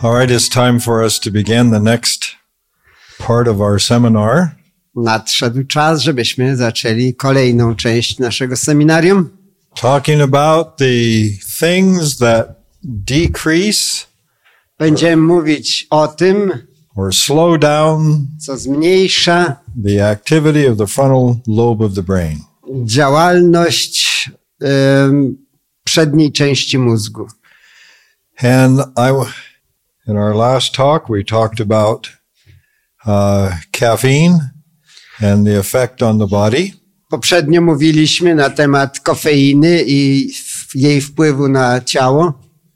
All right, it's time for us to begin the next part of our seminar. Nadszedł czas, żebyśmy zaczęli kolejną część naszego seminarium. Talking about the things that decrease Będziemy mówić o tym, or slow down co zmniejsza the activity of the frontal lobe of the brain. działalność przedniej części mózgu. And in our last talk, we talked about caffeine and the effect on the body. Poprzednio mówiliśmy na temat kofeiny i jej wpływu na ciało.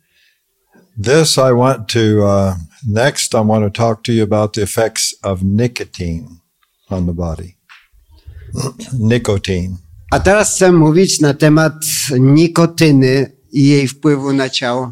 Next I want to talk to you about the effects of nicotine on the body. Nicotine. A teraz chcę mówić na temat nikotyny i jej wpływu na ciało.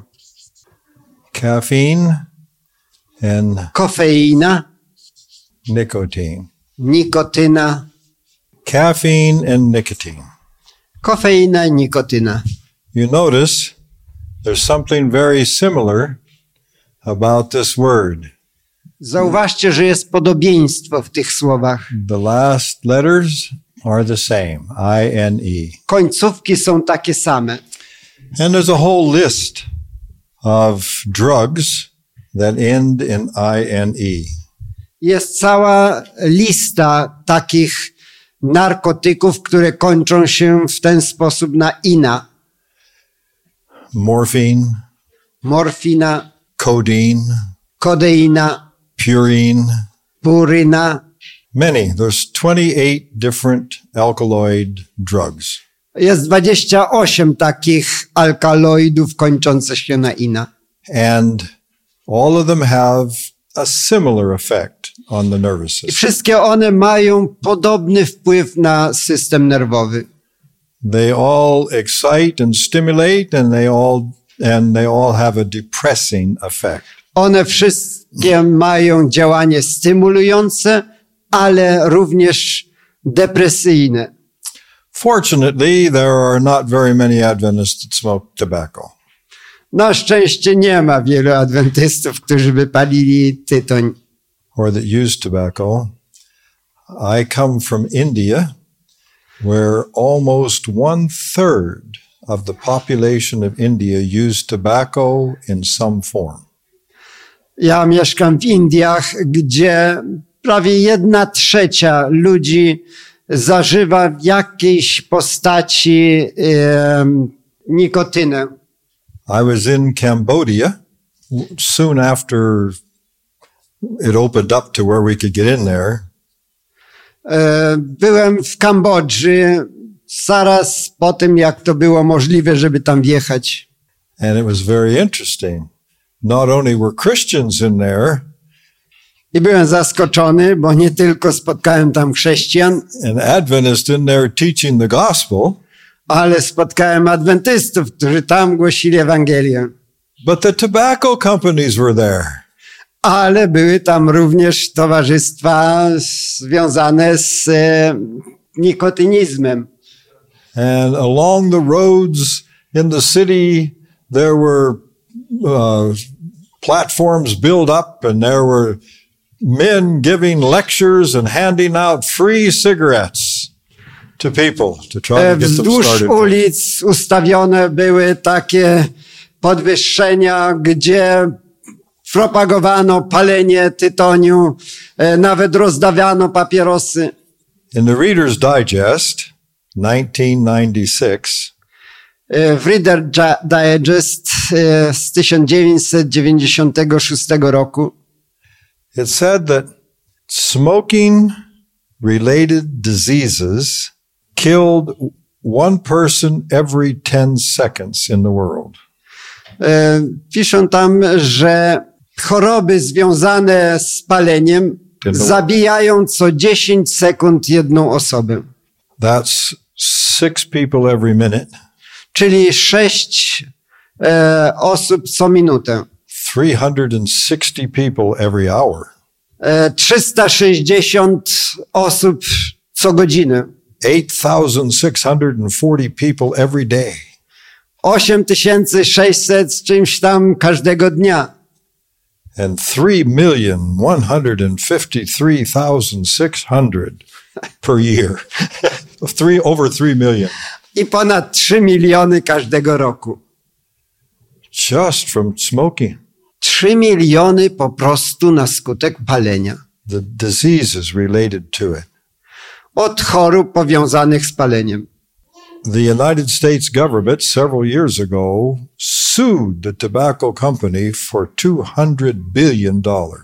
Caffeine and Kofeina, nicotine. nikotyna, Caffeine and nicotine. kofeina i nikotyna. You notice there's something very similar about this word. Zauważcie, że jest podobieństwo w tych słowach. The last letters are the same, I-N-E. Końcówki są takie same. And there's a whole list of drugs that end in I-N-E. Jest cała lista takich narkotyków, które kończą się w ten sposób na ina. Morphine, Morfina, codeine, kodeina, purine, puryna. many. There's 28 different alkaloid drugs. Jest 28 takich alkaloidów kończących się na ina. And all of them have a similar effect on the nervous I system. wszystkie one mają podobny wpływ na system nerwowy. They all excite and stimulate, and they all have a depressing effect. One wszystkie mają działanie stymulujące, ale również depresyjne. Fortunately, there are not very many Adventists that smoke tobacco. Na szczęście nie ma wielu adwentystów, którzy by palili tytoń. Or that use tobacco. I come from India, where almost 1/3 of the population of India use tobacco in some form. Ja mieszkam w Indiach, gdzie prawie 1/3 ludzi zażywa w jakiejś postaci nikotynę. I was in Cambodia soon after it opened up to where we could get in there. Byłem w Kambodży zaraz po tym, jak to było możliwe, żeby tam wjechać. And it was very interesting. Not only were Christians in there, I byłem zaskoczony, bo nie tylko spotkałem tam chrześcijan, and Adventists in there teaching the gospel, ale spotkałem adwentystów, którzy tam głosili Ewangelię. but the tobacco companies were there. Ale były tam również towarzystwa związane z nikotynizmem. And along the roads in the city, there were platforms built up, and there were men giving lectures and handing out free cigarettes to people to try to get them Wzdłuż started. ulic ustawione były takie podwyższenia, gdzie propagowano palenie tytoniu, nawet rozdawiano papierosy. In the Reader's Digest, 1996, W Reader Digest z 1996 roku it said that smoking-related diseases killed one person every 10 seconds in the world. piszą tam, że choroby związane z paleniem zabijają co 10 sekund jedną osobę. That's 6 people every minute. Czyli 6 osób co minutę. 360 people every hour. 360 osób co godzinę. 8,640 people every day. 8600 z czymś tam każdego dnia. and 3,153,600 per year. Over 3 million. I ponad 3 miliony każdego roku. Just from smoking. 3 miliony po prostu na skutek palenia. The diseases related to it. Od chorób powiązanych z paleniem. The United States government several years ago sued the tobacco company for $200 billion.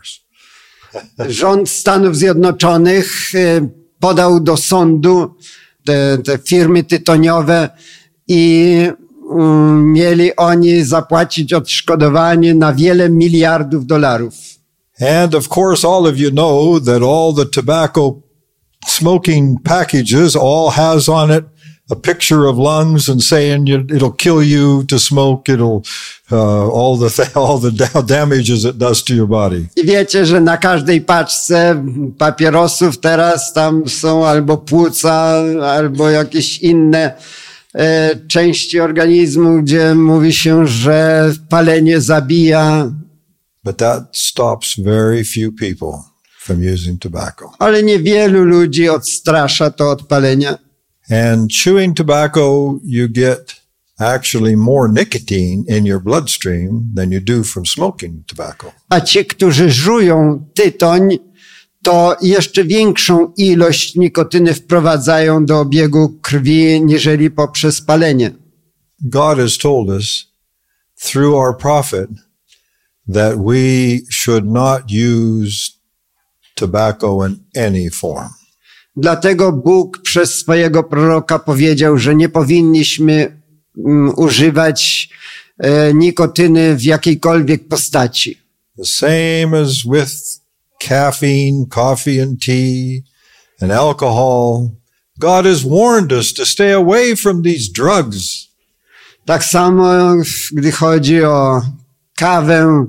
Rząd Stanów Zjednoczonych podał do sądu te firmy tytoniowe i mieli oni zapłacić odszkodowanie na wiele miliardów dolarów. And of course, all of you know that all the tobacco smoking packages all has on it a picture of lungs and saying it'll kill you to smoke. It'll all the damages it does to your body. I wiecie, że na każdej paczce papierosów teraz tam są albo płuca, albo jakieś inne części organizmu, gdzie mówi się, że palenie zabija. But that stops very few people from using tobacco. Ale niewielu ludzi odstrasza to od palenia. And chewing tobacco, you get actually more nicotine in your bloodstream than you do from smoking tobacco. A ci, którzy żują tytoń, to jeszcze większą ilość nikotyny wprowadzają do obiegu krwi, niżeli poprzez palenie. God has told us through our prophet that we should not use tobacco in any form. Dlatego Bóg przez swojego proroka powiedział, że nie powinniśmy używać nikotyny w jakiejkolwiek postaci. The same as with caffeine, coffee and tea and alcohol. God has warned us to stay away from these drugs. Tak samo, gdy chodzi o kawę,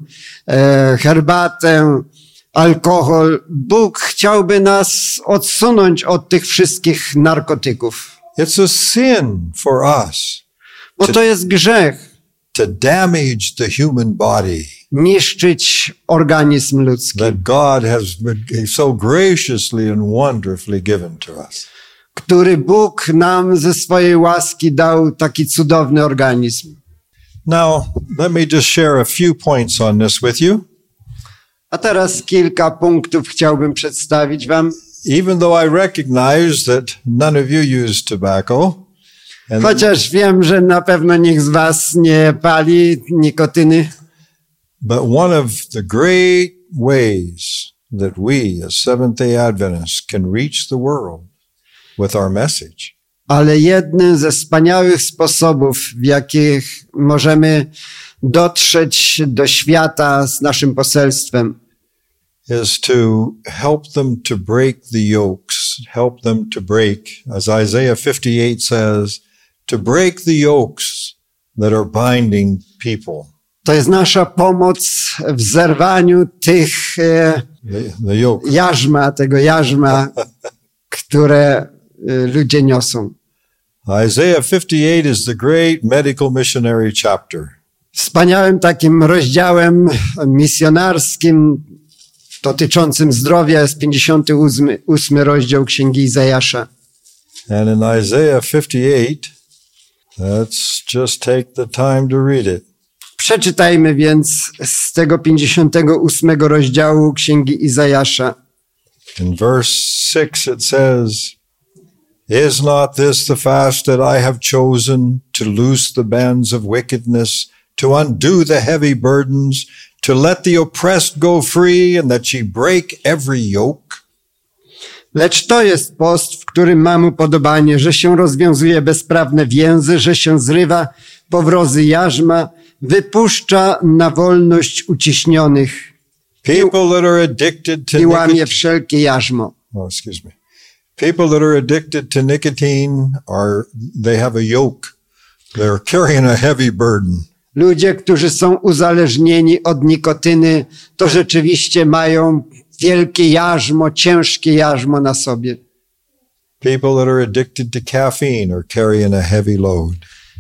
herbatę, alkohol, Bóg chciałby nas odsunąć od tych wszystkich narkotyków. It's a sin for us. Bo to jest grzech. To damage the human body. Niszczyć organizm ludzki. That God has so graciously and wonderfully given to us. Który Bóg nam ze swojej łaski dał taki cudowny organizm. Now, let me just share a few points on this with you. A teraz kilka punktów chciałbym przedstawić wam. Even though I recognize that none of you use tobacco. Chociaż wiem, że na pewno nikt z was nie pali nikotyny. But one of the great ways that we as Seventh-day Adventists can reach the world with our message. Ale jednym ze wspaniałych sposobów, w jakich możemy dotrzeć do świata z naszym poselstwem, is to help them to break the yokes, help them to break, as Isaiah 58 says, to break the yokes that are binding people. To jest nasza pomoc w zerwaniu tych tego jarzma, które ludzie niosą. Isaiah 58 is the great medical missionary chapter. Wspaniałym takim rozdziałem misjonarskim dotyczącym zdrowia jest 58 rozdział Księgi Izajasza. And in Isaiah 58, let's just take the time to read it. Przeczytajmy więc z tego 58 rozdziału Księgi Izajasza. In verse 6 it says, Is not this the fast that I have chosen to loose the bands of wickedness, to undo the heavy burdens, to let the oppressed go free, and that ye break every yoke? Lecz to jest post, w którym mam upodobanie, że się rozwiązuje bezprawne więzy, że się zrywa powrozy jarzma, wypuszcza na wolność uciśnionych i łamie wszelkie jarzmo. People that are addicted to nicotine they have a yoke. They're carrying a heavy burden. Ludzie, którzy są uzależnieni od nikotyny, to rzeczywiście mają wielkie jarzmo, ciężkie jarzmo na sobie. People that are addicted to caffeine are carrying a heavy load.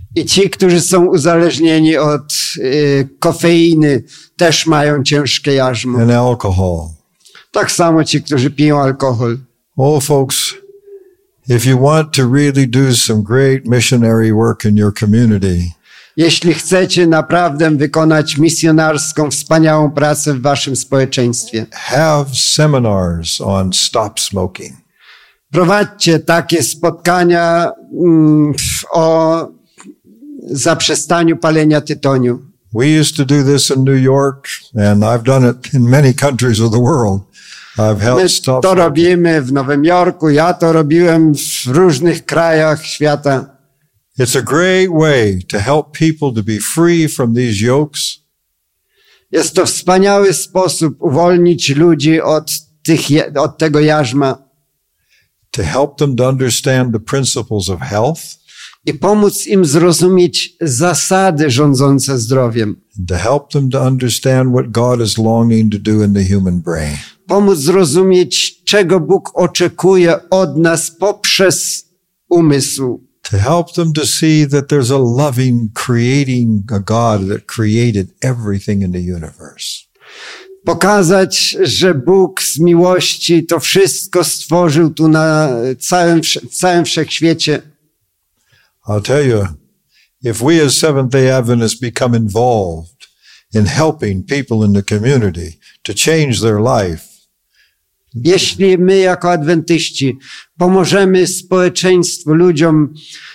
I ci, którzy są uzależnieni od kofeiny, też mają ciężkie jarzmo. and alcohol. Tak samo ci, którzy piją alkohol. Oh, folks, if you want to really do some great missionary work in your community, Jeśli chcecie naprawdę wykonać misjonarską, wspaniałą pracę w waszym społeczeństwie, have seminars on stop smoking. prowadźcie takie spotkania o zaprzestaniu palenia tytoniu. We used to do this in New York, and I've done it in many countries of the world. I've My helped stop to smoking. robimy w Nowym Jorku, ja to robiłem w różnych krajach świata. It's a great way to help people to be free from these yokes. Jest to wspaniały sposób uwolnić ludzi od tego jarzma To help them to understand the principles of health, i pomóc im zrozumieć zasady rządzące zdrowiem. to help them to understand what God is longing to do in the human brain. Pomóc zrozumieć, czego Bóg oczekuje od nas poprzez umysł. To help them to see that there's a loving, creating a God that created everything in the universe. Pokazać, że Bóg z miłości to wszystko stworzył tu na całym wszechświecie. I'll tell you, if we as Seventh-day Adventists become involved in helping people in the community to change their life, Jeśli my jako adwentyści pomożemy społeczeństwu, ludziom,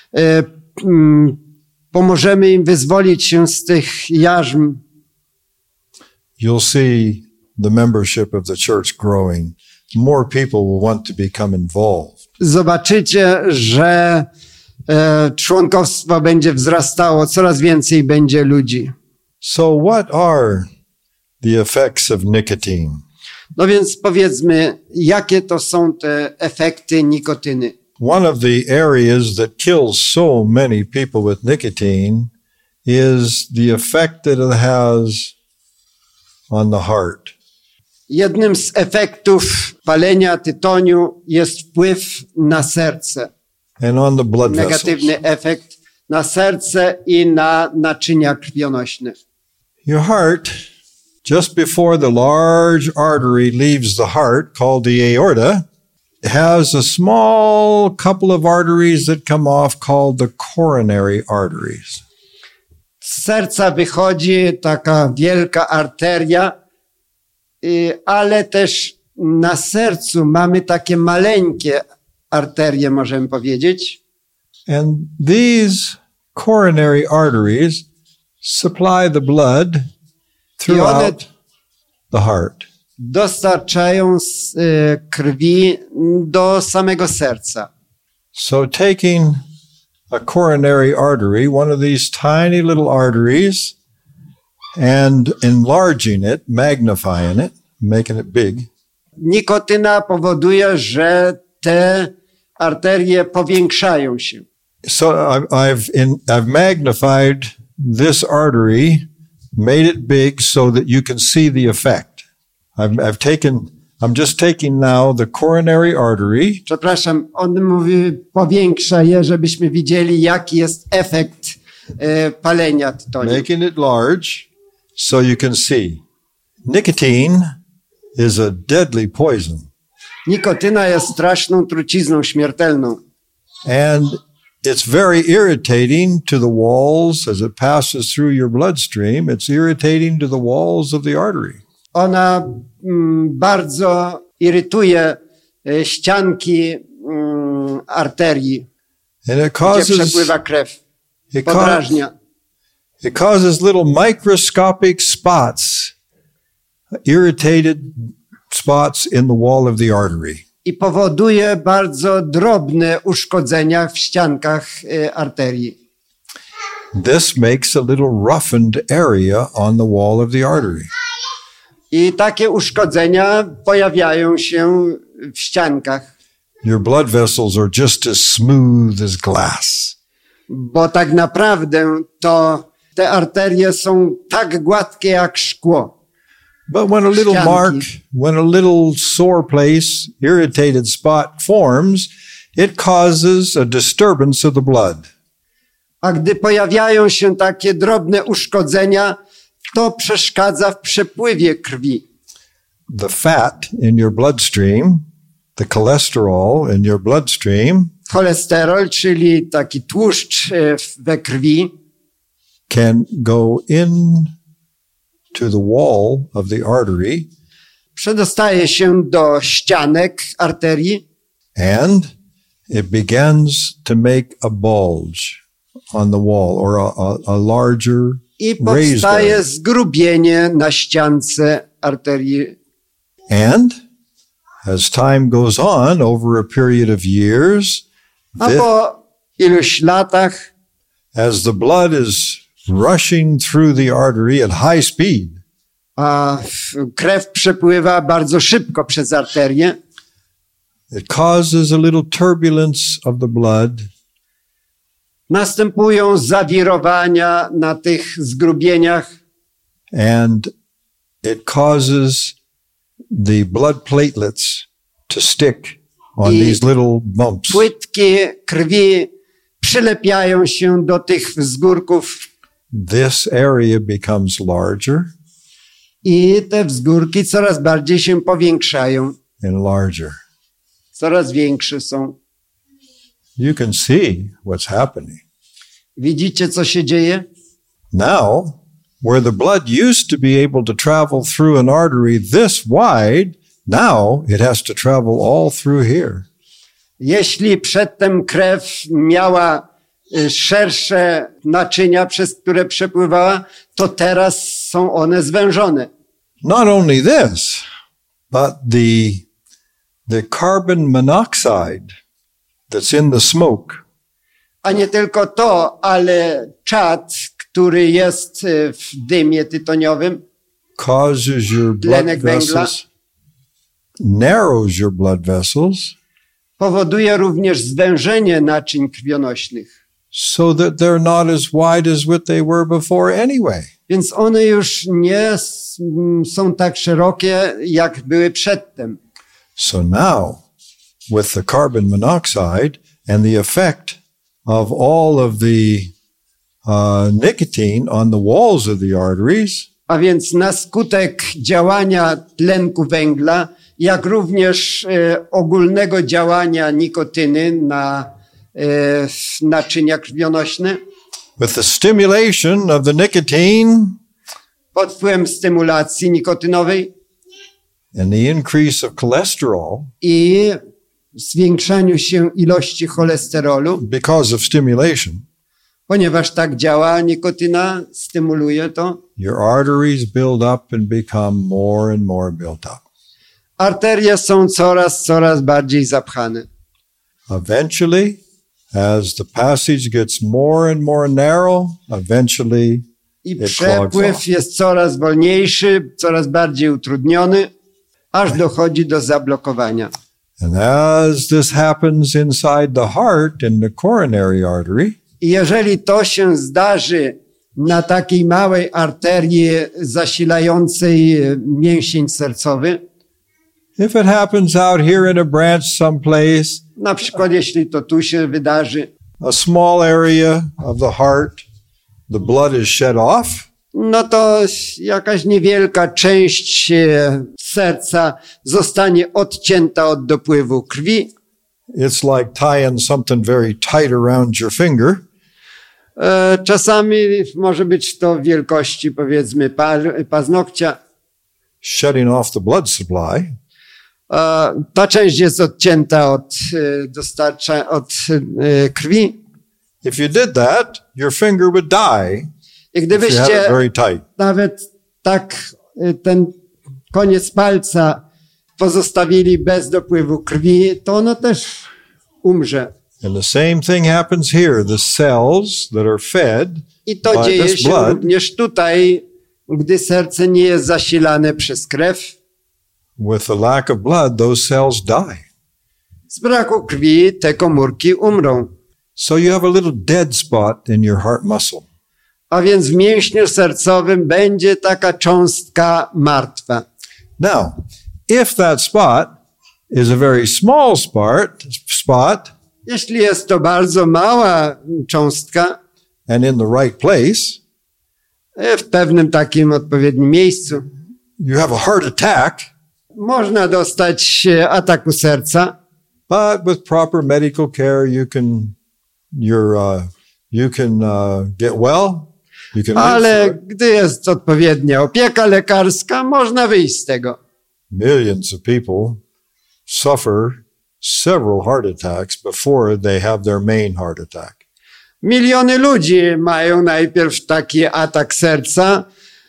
pomożemy im wyzwolić się z tych jarzm, you'll see the membership of the church growing. More people will want to become involved. zobaczycie, że członkostwo będzie wzrastało, coraz więcej będzie ludzi. So what are the effects of nicotine? No więc powiedzmy, jakie to są te efekty nikotyny. One of the areas that kills so many people with nicotine is the effect that it has on the heart. Jednym z efektów palenia tytoniu jest wpływ na serce. And on the blood vessels. Negatywny efekt na serce i na naczynia krwionośne. Your heart, just before the large artery leaves the heart, called the aorta, has a small couple of arteries that come off called the coronary arteries. Z serca wychodzi taka wielka arteria, ale też na sercu mamy takie maleńkie arterie, możemy powiedzieć. And these coronary arteries supply the blood throughout the heart. Dostarczają krwi do samego serca. So taking a coronary artery, one of these tiny little arteries, and enlarging it, magnifying it, making it big, Nikotyna powoduje, że te arterie powiększają się. so I've magnified this artery, made it big so that you can see the effect. I'm just taking now the coronary artery, Przepraszam, on mówi, powiększa je, żebyśmy widzieli, jaki jest efekt palenia tytoniu. making it large so you can see. Nicotine is a deadly poison, Nikotyna jest straszną trucizną, śmiertelną. and it's very irritating to the walls as it passes through your bloodstream. It's irritating to the walls of the artery. Ona bardzo irytuje ścianki arterii, And it gdzie przepływa krew. Podrażnia. It causes little microscopic spots, irritated spots in the wall of the artery. I powoduje bardzo drobne uszkodzenia w ściankach arterii. This makes a little roughened area on the wall of the artery. I takie uszkodzenia pojawiają się w ściankach, Your blood vessels are just as smooth as glass. bo tak naprawdę to te arterie są tak gładkie jak szkło. But when a little mark, when a little sore place, irritated spot forms, it causes a disturbance of the blood. A gdy pojawiają się takie drobne uszkodzenia, to przeszkadza w przepływie krwi. The fat in your bloodstream, the cholesterol in your bloodstream, Cholesterol, czyli taki tłuszcz we krwi, can go in to the wall of the artery przedostaje się do ścianek arterii and it begins to make a bulge on the wall or a larger i raised powstaje area. zgrubienie na ściance arterii. And as time goes on over a period of years, A po iluś latach, as the blood is rushing through the artery at high speed, a krew przepływa bardzo szybko przez arterię, it causes a little turbulence of the blood, następują zawirowania na tych zgrubieniach and it causes the blood platelets to stick on I these little bumps. płytki krwi przylepiają się do tych wzgórków This area becomes larger i te wzgórki coraz bardziej się powiększają, and larger. coraz większe są. You can see what's happening. Widzicie, co się dzieje? Now, where the blood used to be able to travel through an artery this wide, now it has to travel all through here. Jeśli przedtem krew miała szersze naczynia, przez które przepływała, to teraz są one zwężone. Not only this, but the carbon monoxide that's in the smoke A nie tylko to, ale czad, który jest w dymie tytoniowym, causes your blood tlenek węgla, vessels, narrows your blood vessels, powoduje również zwężenie naczyń krwionośnych. so that they're not as wide as what they were before anyway. Więc one już nie są tak szerokie, jak były przedtem. So now, with the carbon monoxide and the effect of all of the nicotine on the walls of the arteries, A więc na skutek działania tlenku węgla, jak również ogólnego działania nikotyny na naczynia krwionośne, with the stimulation of the nicotine pod wpływem stymulacji nikotynowej and the increase of cholesterol i zwiększaniu się ilości cholesterolu, because of stimulation, ponieważ tak działa nikotyna, stymuluje to, your arteries build up and become more and more built up. arterie są coraz bardziej zapchane. Eventually, as the passage gets more and more narrow, eventually I it clogs przepływ off. jest coraz wolniejszy, coraz bardziej utrudniony, aż dochodzi do zablokowania. And as this happens inside the heart in the coronary artery, I jeżeli to się zdarzy na takiej małej arterii zasilającej mięsień sercowy, if it happens out here in a branch someplace, na przykład jeśli to tu się wydarzy, a small area of the heart, the blood is shed off, no to jakaś niewielka część serca zostanie odcięta od dopływu krwi. it's like tying something very tight around your finger, Czasami może być to wielkości, powiedzmy, paznokcia. shutting off the blood supply. Ta część jest odcięta od krwi. If you did that, your finger would die I if you had it gdybyście very tight. nawet tak ten koniec palca pozostawili bez dopływu krwi, to ono też umrze. And the same thing happens here. The cells that are fed I to by dzieje this się blood, również tutaj, gdy serce nie jest zasilane przez krew. with the lack of blood, those cells die. Z braku krwi te komórki umrą. So you have a little dead spot in your heart muscle. A więc w mięśniu sercowym będzie taka cząstka martwa. Now, if that spot is a very small spot, Jeśli jest to bardzo mała cząstka, and in the right place, w pewnym takim odpowiednim miejscu, you have a heart attack, można dostać ataku serca, but with proper medical care, you can get well. You can live ale through it. gdy jest odpowiednia opieka lekarska, można wyjść z tego. Millions of people suffer several heart attacks before they have their main heart attack. Miliony ludzi mają najpierw taki atak serca,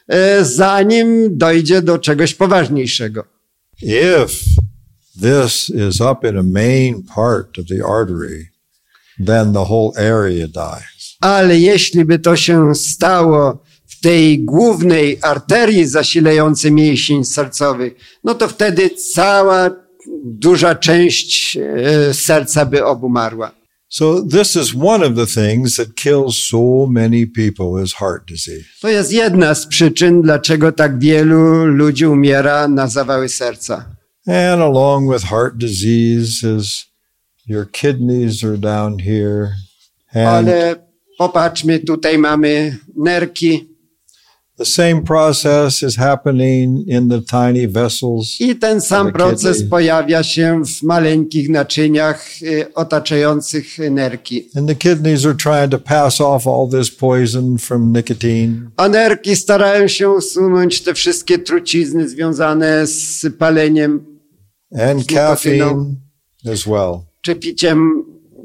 zanim dojdzie do czegoś poważniejszego. If this is up in a main part of the artery, then the whole area dies. Ale jeśli by to się stało w tej głównej arterii zasilającej mięsień sercowy, no to wtedy cała duża część serca by obumarła. So this is one of the things that kills so many people is heart disease. To jest jedna z przyczyn, dlaczego tak wielu ludzi umiera na zawały serca. And along with heart disease is your kidneys are down here. And Ale popatrzmy, tutaj mamy nerki the same process is happening in the tiny vessels. i ten sam proces pojawia się w maleńkich naczyniach otaczających nerki. And the kidneys are trying to pass off all this poison from nicotine. A nerki starają się usunąć te wszystkie trucizny związane z paleniem And caffeine as well. czy piciem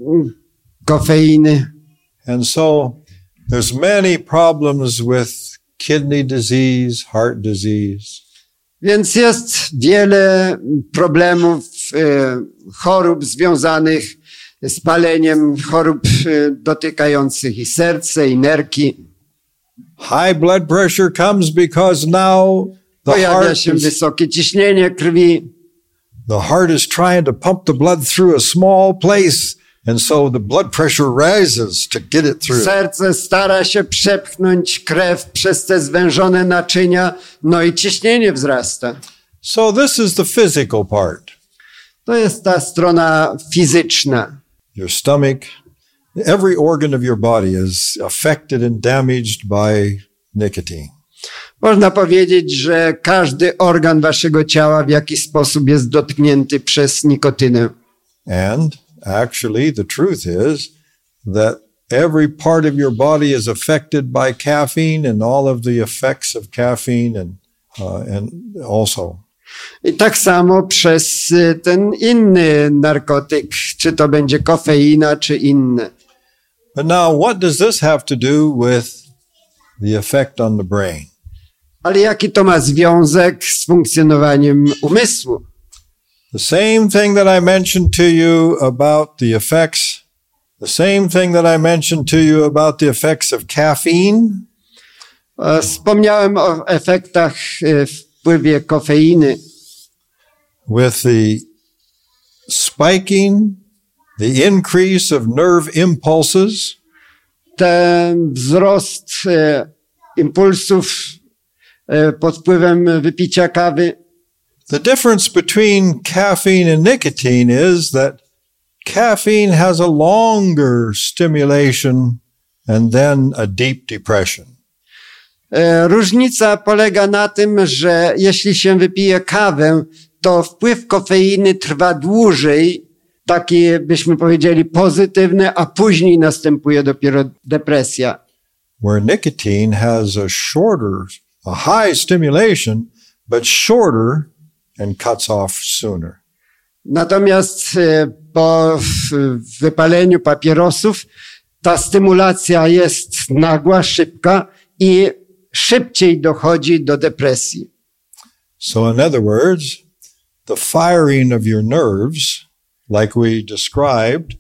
kofeiny. And so there's many problems with kidney disease, heart disease. Więc jest wiele problemów, chorób związanych z paleniem, chorób dotykających i serce, i nerki. High blood pressure comes because now Pojawia się wysokie ciśnienie krwi. the heart is trying to pump the blood through a small place, and so the blood pressure rises to get it through. Serce stara się przepchnąć krew przez te zwężone naczynia, no i ciśnienie wzrasta. So this is the physical part. To jest ta strona fizyczna. Your stomach, every organ of your body is affected and damaged by nicotine. Można powiedzieć, że każdy organ waszego ciała w jakiś sposób jest dotknięty przez nikotynę. And actually, the truth is that every part of your body is affected by caffeine and all of the effects of caffeine and also. I tak samo przez ten inny narkotyk, czy to będzie kofeina, czy inne. But now, what does this have to do with the effect on the brain? Ale jaki to ma związek z funkcjonowaniem umysłu? The same thing that I mentioned to you about the effects, the same thing that I mentioned to you about the effects of caffeine. Wspomniałem o efektach wpływie kofeiny. With the spiking, the increase of nerve impulses, Ten wzrost impulsów pod wpływem wypicia kawy. the difference between caffeine and nicotine is that caffeine has a longer stimulation and then a deep depression. Różnica polega na tym, że jeśli się wypije kawę, to wpływ kofeiny trwa dłużej, taki byśmy powiedzieli pozytywny, a później następuje dopiero depresja. Where nicotine has a high stimulation, but shorter and cuts off sooner. Natomiast po wypaleniu papierosów ta stymulacja jest nagła, szybka i szybciej dochodzi do depresji. So in other words, the firing of your nerves, like we described,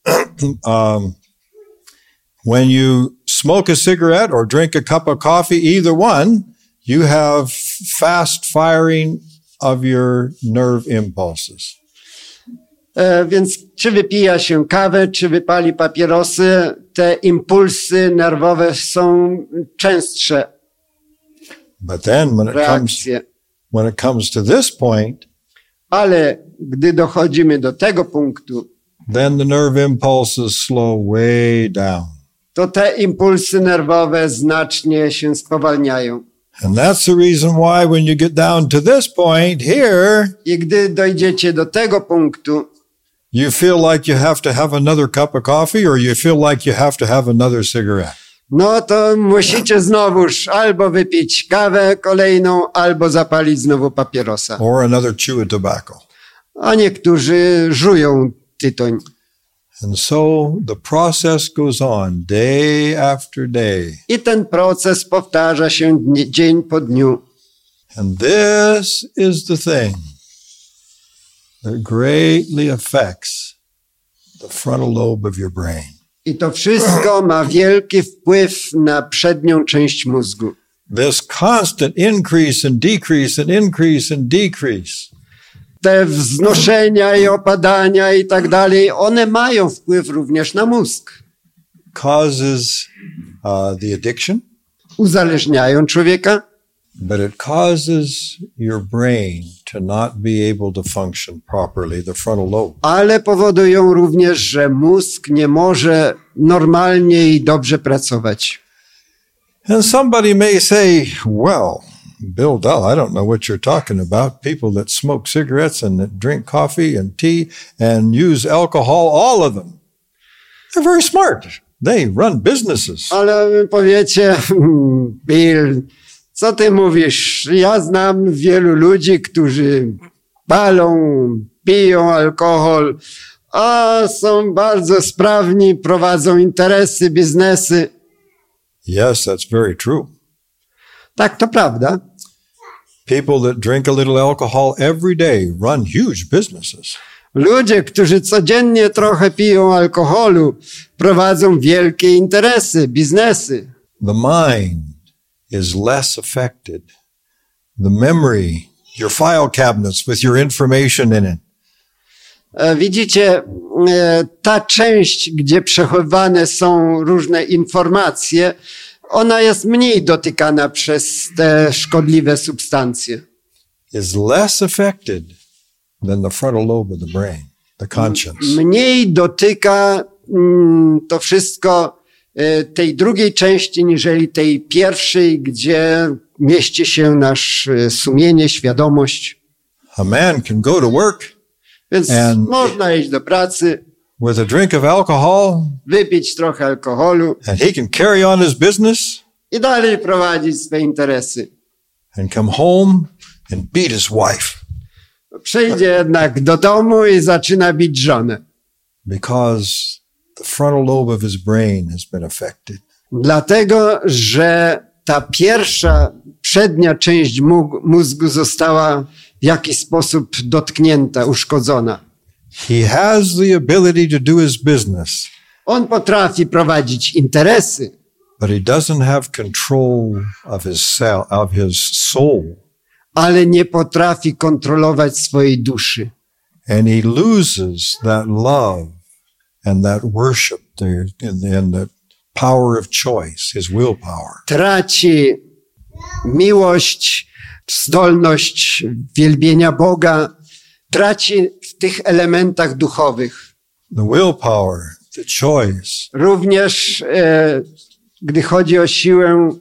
when you smoke a cigarette or drink a cup of coffee, either one, you have fast firing of your nerve impulses. Więc czy wypija się kawę, czy wypali papierosy, te impulsy nerwowe są częstsze. But then when it comes to this point, ale gdy dochodzimy do tego punktu, then the nerve impulses slow way down. to te impulsy nerwowe znacznie się spowalniają. And that's the reason why when you get down to this point here, I gdy dojdziecie do tego punktu, you feel like you have to have another cup of coffee or you feel like you have to have another cigarette. no to musicie znowuż albo wypić kawę kolejną, albo zapalić znowu papierosa. Or another chew of tobacco. A niektórzy żują tytoń. And so the process goes on day after day. I ten proces powtarza się dzień po dniu. And this is the thing that greatly affects the frontal lobe of your brain. I to wszystko ma wielki wpływ na przednią część mózgu. This constant increase and decrease and increase and decrease. Te wznoszenia i opadania i tak dalej, one mają wpływ również na mózg. Causes the addiction, Uzależniają człowieka, but it causes your brain to not be able to function properly, the frontal lobe. ale powodują również, że mózg nie może normalnie i dobrze pracować. And somebody may say, well, Bill Dull, I don't know what you're talking about. People that smoke cigarettes and that drink coffee and tea and use alcohol, all of them. They're very smart. They run businesses. Ale wy powiecie, Bill, co ty mówisz? Ja znam wielu ludzi, którzy palą, piją alkohol, a są bardzo sprawni, prowadzą interesy, biznesy. Yes, that's very true. Tak, to prawda. People that drink a little alcohol every day run huge businesses. Ludzie, którzy codziennie trochę piją alkoholu, prowadzą wielkie interesy, biznesy. The mind is less affected. The memory, your file cabinets with your information in it. Widzicie, ta część, gdzie przechowywane są różne informacje, ona jest mniej dotykana przez te szkodliwe substancje. Is less affected than the frontal lobe of the brain, the conscience. Mniej dotyka to wszystko tej drugiej części, niżeli tej pierwszej, gdzie mieści się nasze sumienie, świadomość. A man can go to work Więc można iść do pracy, with a drink of alcohol wypić trochę alkoholu and he can carry on his business i dalej prowadzić swoje interesy. and come home and beat his wife Przyjdzie jednak do domu i zaczyna bić żonę. because the frontal lobe of his brain has been affected. Dlatego, że ta pierwsza, przednia część mózgu została w jakiś sposób dotknięta, uszkodzona. He has the ability to do his business, On potrafi prowadzić interesy, but he doesn't have control of his soul. ale nie potrafi kontrolować swojej duszy. And he loses that love and that worship there and the power of choice, his willpower. Traci miłość, zdolność wielbienia Boga, traci w tych elementach duchowych. The willpower, the choice. Również gdy chodzi o siłę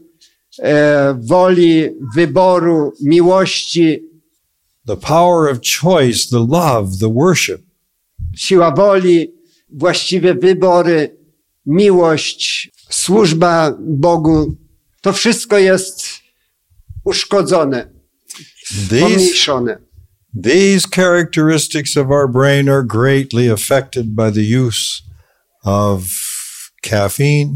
woli, wyboru, miłości, The power of choice, the love, the worship. siła woli, właściwe wybory, miłość, służba Bogu, to wszystko jest uszkodzone, pomniejszone. These characteristics of our brain are greatly affected by the use of caffeine,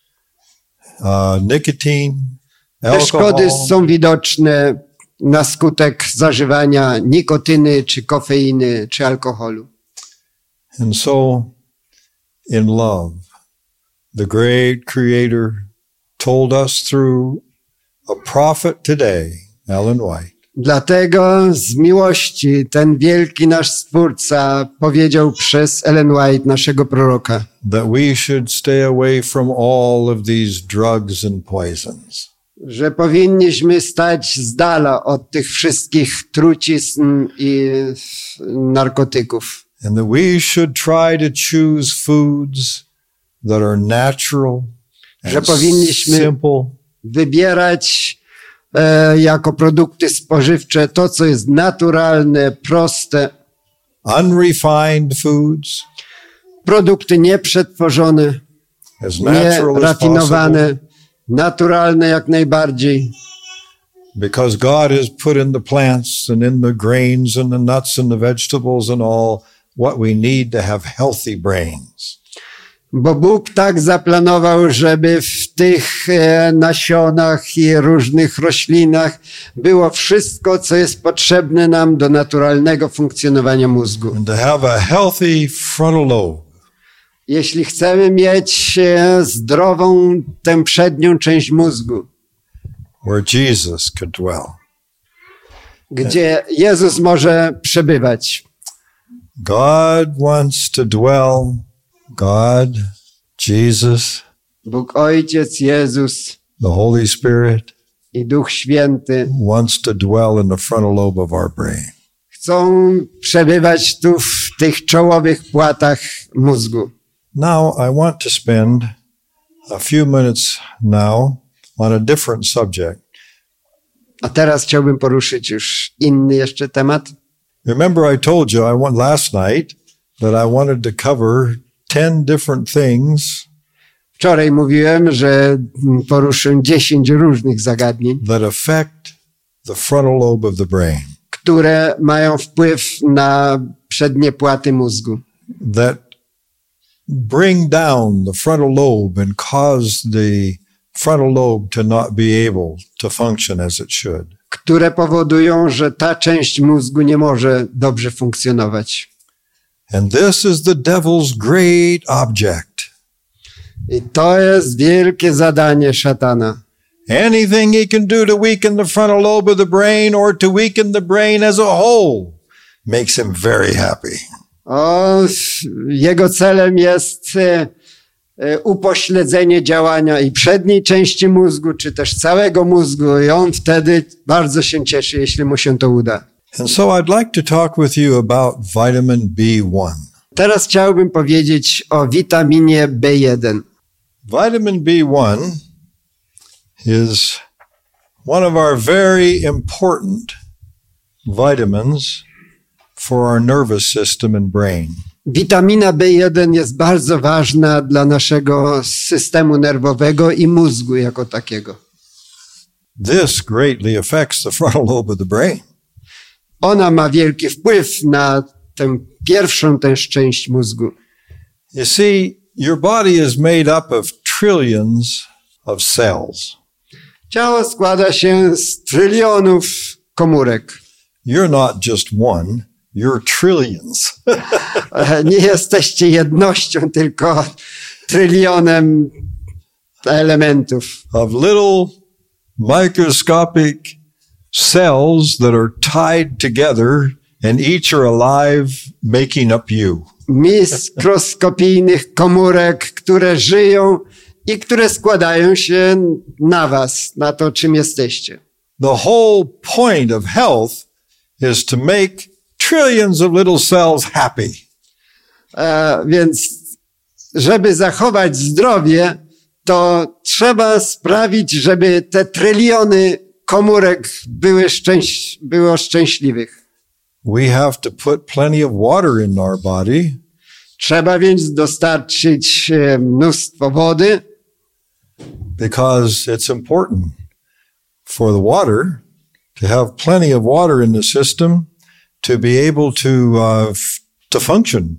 nicotine, Te szkody alcohol, są widoczne na skutek zażywania nikotyny, czy kofeiny, czy alkoholu. and so in love, the great Creator told us through a prophet today, Ellen White, Dlatego z miłości ten wielki nasz Stwórca powiedział przez Ellen White, naszego proroka, that we should stay away from all of these drugs and poisons. że powinniśmy stać z dala od tych wszystkich trucizn i narkotyków. And that we should try to choose foods that are natural, że powinniśmy simple. wybierać jako produkty spożywcze to, co jest naturalne, proste, Unrefined foods, produkty nieprzetworzone, as natural as possible, nierafinowane, naturalne jak najbardziej. because God has put in the plants and in the grains and the nuts and the vegetables and all what we need to have healthy brains. Bo Bóg tak zaplanował, żeby w tych nasionach i różnych roślinach było wszystko, co jest potrzebne nam do naturalnego funkcjonowania mózgu. And to have a healthy frontal lobe. Jeśli chcemy mieć zdrową tę przednią część mózgu, Where Jesus could dwell. gdzie Jezus może przebywać. God wants to dwell. God, Jesus, Bóg Ojciec, Jezus the Holy Spirit i Duch Święty wants to dwell in the frontal lobe of our brain. chcą przebywać tu w tych czołowych płatach mózgu. Now, I want to spend a few minutes now on a different subject. A teraz chciałbym poruszyć już inny jeszcze temat. Remember, I told you last night that I wanted to cover 10 different things Wczoraj mówiłem, że poruszę 10 różnych zagadnień, that affect the frontal lobe of the brain, które mają wpływ na przednie płaty mózgu, that bring down the frontal lobe and cause the frontal lobe to not be able to function as it should. które powodują, że ta część mózgu nie może dobrze funkcjonować. And this is the devil's great object. I to jest wielkie zadanie szatana. Anything he can do to weaken the frontal lobe of the brain or to weaken the brain as a whole makes him very happy. Jego celem jest upośledzenie działania i przedniej części mózgu, czy też całego mózgu i on wtedy bardzo się cieszy, jeśli mu się to uda. And so I'd like to talk with you about vitamin B1. Teraz chciałbym powiedzieć o witaminie B1. Vitamin B1 is one of our very important vitamins for our nervous system and brain. Witamina B1 jest bardzo ważna dla naszego systemu nerwowego i mózgu jako takiego. This greatly affects the frontal lobe of the brain. Ona ma wielki wpływ na tę pierwszą też część mózgu. You see, your body is made up of trillions of cells. Ciało składa się z trylionów komórek. You're not just one, you're trillions. Nie jesteście jednością, tylko trylionem elementów. Of little microscopic cells that are tied together and each are alive, making up you. Mikroskopijnych komórek, które żyją i które składają się na was, na to, czym jesteście. The whole point of health is to make trillions of little cells happy. Więc żeby zachować zdrowie, to trzeba sprawić, żeby te tryliony komórek było szczęśliwych. We have to put plenty of water in our body. Trzeba więc dostarczyć mnóstwo wody, because it's important for the water to have plenty of water in the system to be able to function.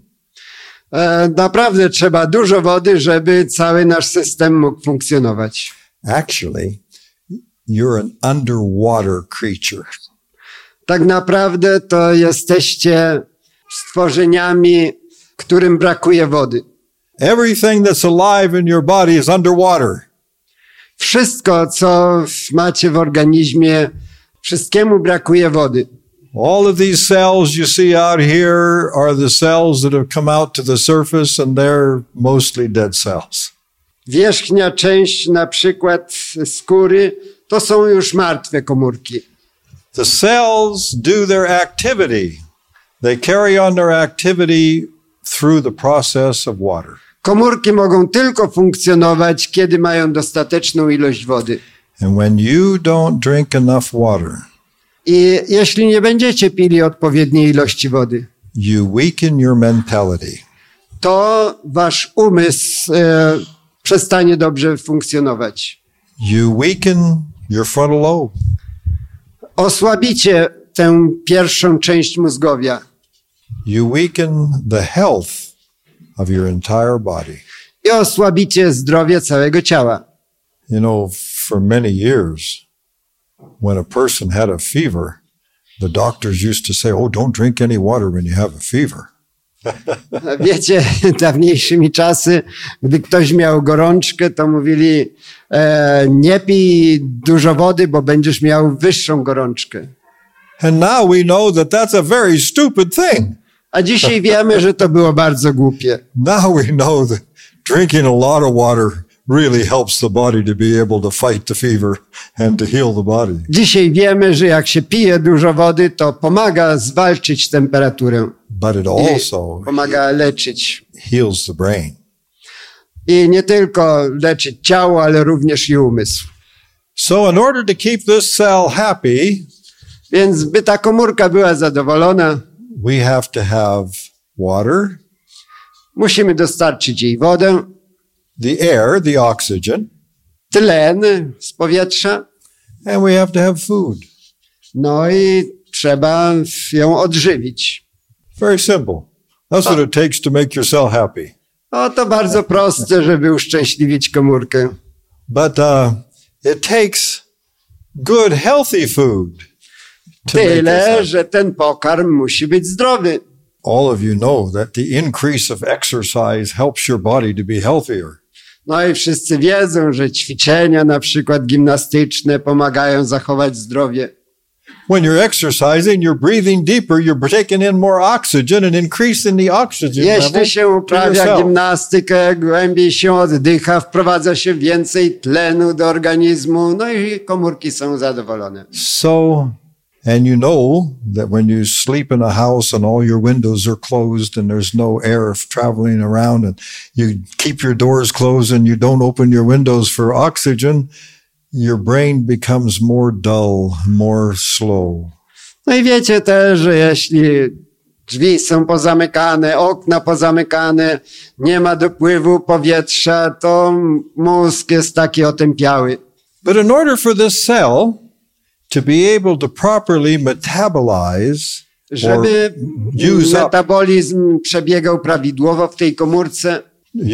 Naprawdę trzeba dużo wody, żeby cały nasz system mógł funkcjonować. Actually, you're an underwater creature. Tak naprawdę to jesteście stworzeniami, którym brakuje wody. Everything that's alive in your body is underwater. Wszystko, co macie w organizmie, wszystkiemu brakuje wody. All of these cells you see out here are the cells that have come out to the surface and they're mostly dead cells. Wierzchnia część, na przykład skóry, to są już martwe komórki. The cells do their activity. They carry on their activity through the process of water. Komórki mogą tylko funkcjonować, kiedy mają dostateczną ilość wody. And when you don't drink enough water, I jeśli nie będziecie pili odpowiedniej ilości wody, you weaken your mentality. to wasz umysł przestanie dobrze funkcjonować. You weaken your frontal lobe. Osłabicie tę pierwszą część mózgowia. You weaken the health of your entire body. I osłabicie zdrowie całego ciała. You know, for many years, when a person had a fever, the doctors used to say, oh, don't drink any water when you have a fever. Wiecie, dawniejszymi czasy, gdy ktoś miał gorączkę, to mówili, nie pij dużo wody, bo będziesz miał wyższą gorączkę. And now we know that that's a very stupid thing. A dzisiaj wiemy, że to było bardzo głupie. Now we know that drinking a lot of water really helps the body to be able to fight the fever and to heal the body. Dzisiaj wiemy, że jak się pije dużo wody, to pomaga zwalczyć temperaturę. But it I also pomaga leczyć. heals the brain. I nie tylko leczyć ciało, ale również i umysł. So in order to keep this cell happy, Więc by ta komórka była zadowolona, we have to have water, musimy dostarczyć jej wodę, the air, the oxygen, tlen z powietrza, and we have to have food. no i trzeba ją odżywić. Very simple. That's what it takes to make your cell happy. No to bardzo proste, żeby uszczęśliwić komórkę. But it takes good, healthy food to make us Tyle, happy. że ten pokarm musi być zdrowy. All of you know that the increase of exercise helps your body to be healthier. No i wszyscy wiedzą, że ćwiczenia, na przykład gimnastyczne, pomagają zachować zdrowie. When you're exercising, you're breathing deeper, you're taking in more oxygen and increasing the oxygen level Jeśli się to uprawia yourself. gimnastykę, głębiej się oddycha, wprowadza się więcej tlenu do organizmu, no i komórki są zadowolone. So, and you know that when you sleep in a house and all your windows are closed and there's no air traveling around and you keep your doors closed and you don't open your windows for oxygen, your brain becomes more dull, more slow. No i wiecie też, że jeśli drzwi są pozamykane, okna pozamykane, nie ma dopływu powietrza, to mózg jest taki otępiały. But in order for this cell to be able to properly metabolize or Żeby use up metabolizm przebiegał prawidłowo w tej komórce,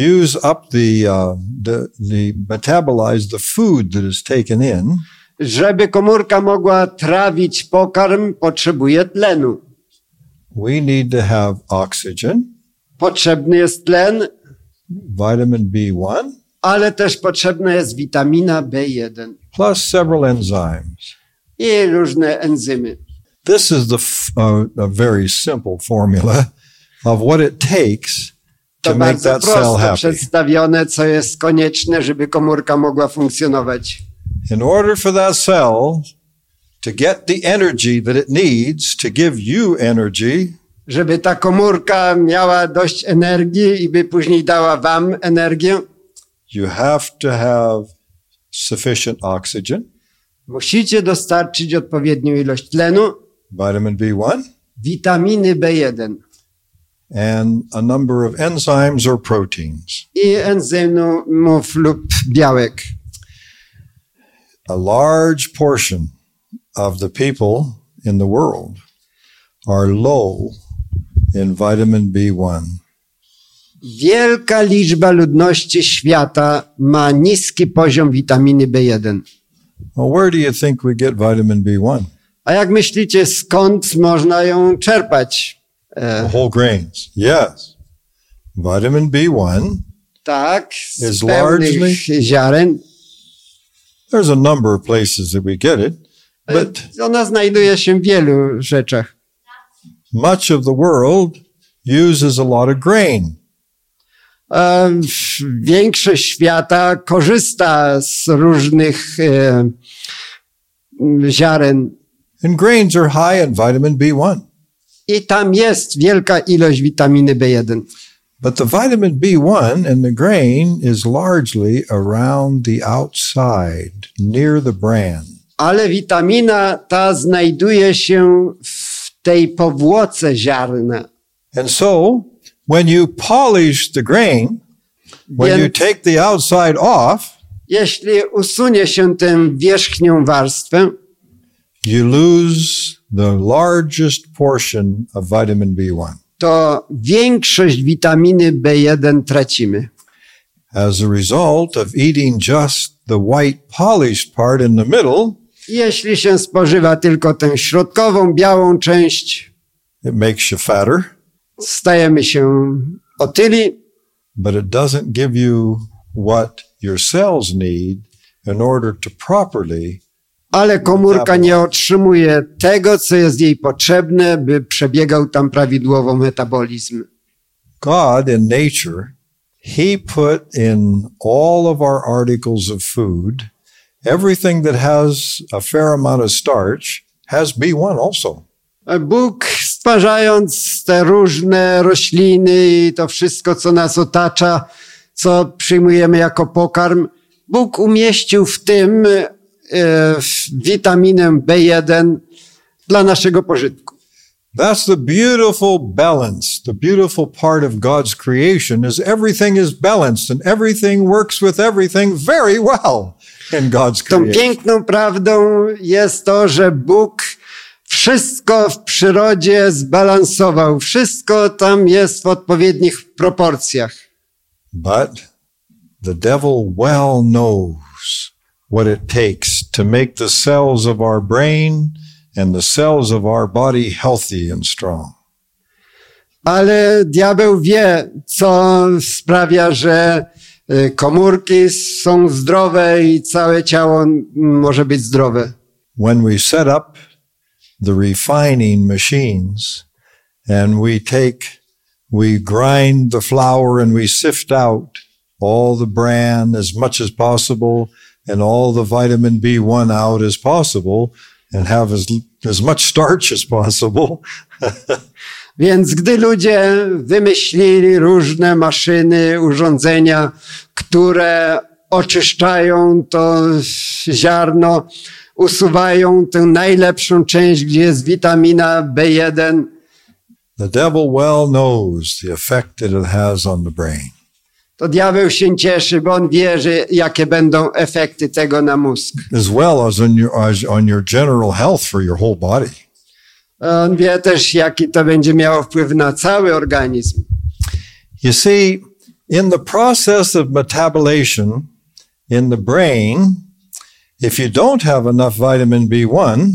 the metabolize the food that is taken in, żeby komórka mogła trawić pokarm, potrzebuje tlenu. we need to have oxygen, Potrzebny jest tlen, vitamin B1, ale też potrzebna jest witamina B1 plus several enzymes. i różne enzymy. This is a very simple formula of what it takes To to make bardzo that cell prosto happy. przedstawione, co jest konieczne, żeby komórka mogła funkcjonować. In order for that cell to get the energy that it needs to give you energy, Żeby ta komórka miała dość energii i by później dała wam energię, you have to have sufficient oxygen, musicie dostarczyć odpowiednią ilość tlenu, vitamin B1, witaminy B1 and a number of enzymes or proteins. i enzymów lub białek. A large portion of the people in the world are low in vitamin B1. Wielka liczba ludności świata ma niski poziom witaminy B1. Well, where do you think we get vitamin B1? A jak myślicie, skąd można ją czerpać? Whole grains. Yes. Vitamin B1, Tak, Is z pełnych largely- ziaren. there's a number of places that we get it, but Ona znajduje się w wielu rzeczach. much of the world uses a lot of grain. Większość świata korzysta z różnych ziaren And grains are high in vitamin B1. i tam jest wielka ilość witaminy B1. But the vitamin B1 in the grain is largely around the outside, near the bran. Ale witamina ta znajduje się w tej powłoce ziarna. And so, when you polish the grain, when you take the outside off, jeśli usunie się tę wierzchnią warstwę, you lose the largest portion of vitamin B1. to większość witaminy B1 tracimy. As a result of eating just the white polished part in the middle, Jeśli się spożywa tylko tę środkową, białą część, it makes you fatter, stajemy się otyli, but it doesn't give you what your cells need in order to properly. ale komórka nie otrzymuje tego, co jest jej potrzebne, by przebiegał tam prawidłowo metabolizm. God in nature, He put in all of our articles of food, everything that has a fair amount of starch has B1 also. Bóg, stwarzając te różne rośliny i to wszystko, co nas otacza, co przyjmujemy jako pokarm, Bóg umieścił w tym witaminę B1 dla naszego pożytku. That's the beautiful balance. The beautiful part of God's creation is everything is balanced and everything works with everything very well in God's Tą creation. piękną prawdą jest to, że Bóg wszystko w przyrodzie zbalansował. Wszystko tam jest w odpowiednich proporcjach. But the devil well knows what it takes to make the cells of our brain and the cells of our body healthy and strong. Ale diabeł wie, co sprawia, że komórki są zdrowe i całe ciało może być zdrowe. When we set up the refining machines and we grind the flour and we sift out all the bran as much as possible and all the vitamin B1 out as possible and have as much starch as possible. Więc gdy ludzie wymyślili różne maszyny, urządzenia, które oczyszczają to ziarno, usuwają tę najlepszą część, gdzie jest witamina B1, The devil well knows the effect that it has on the brain. to diabeł się cieszy, bo on wie, że jakie będą efekty tego na mózg. As well as on your general health for your whole body. On wie też, jaki to będzie miało wpływ na cały organizm. You see, in the process of metabolization in the brain, if you don't have enough vitamin B1,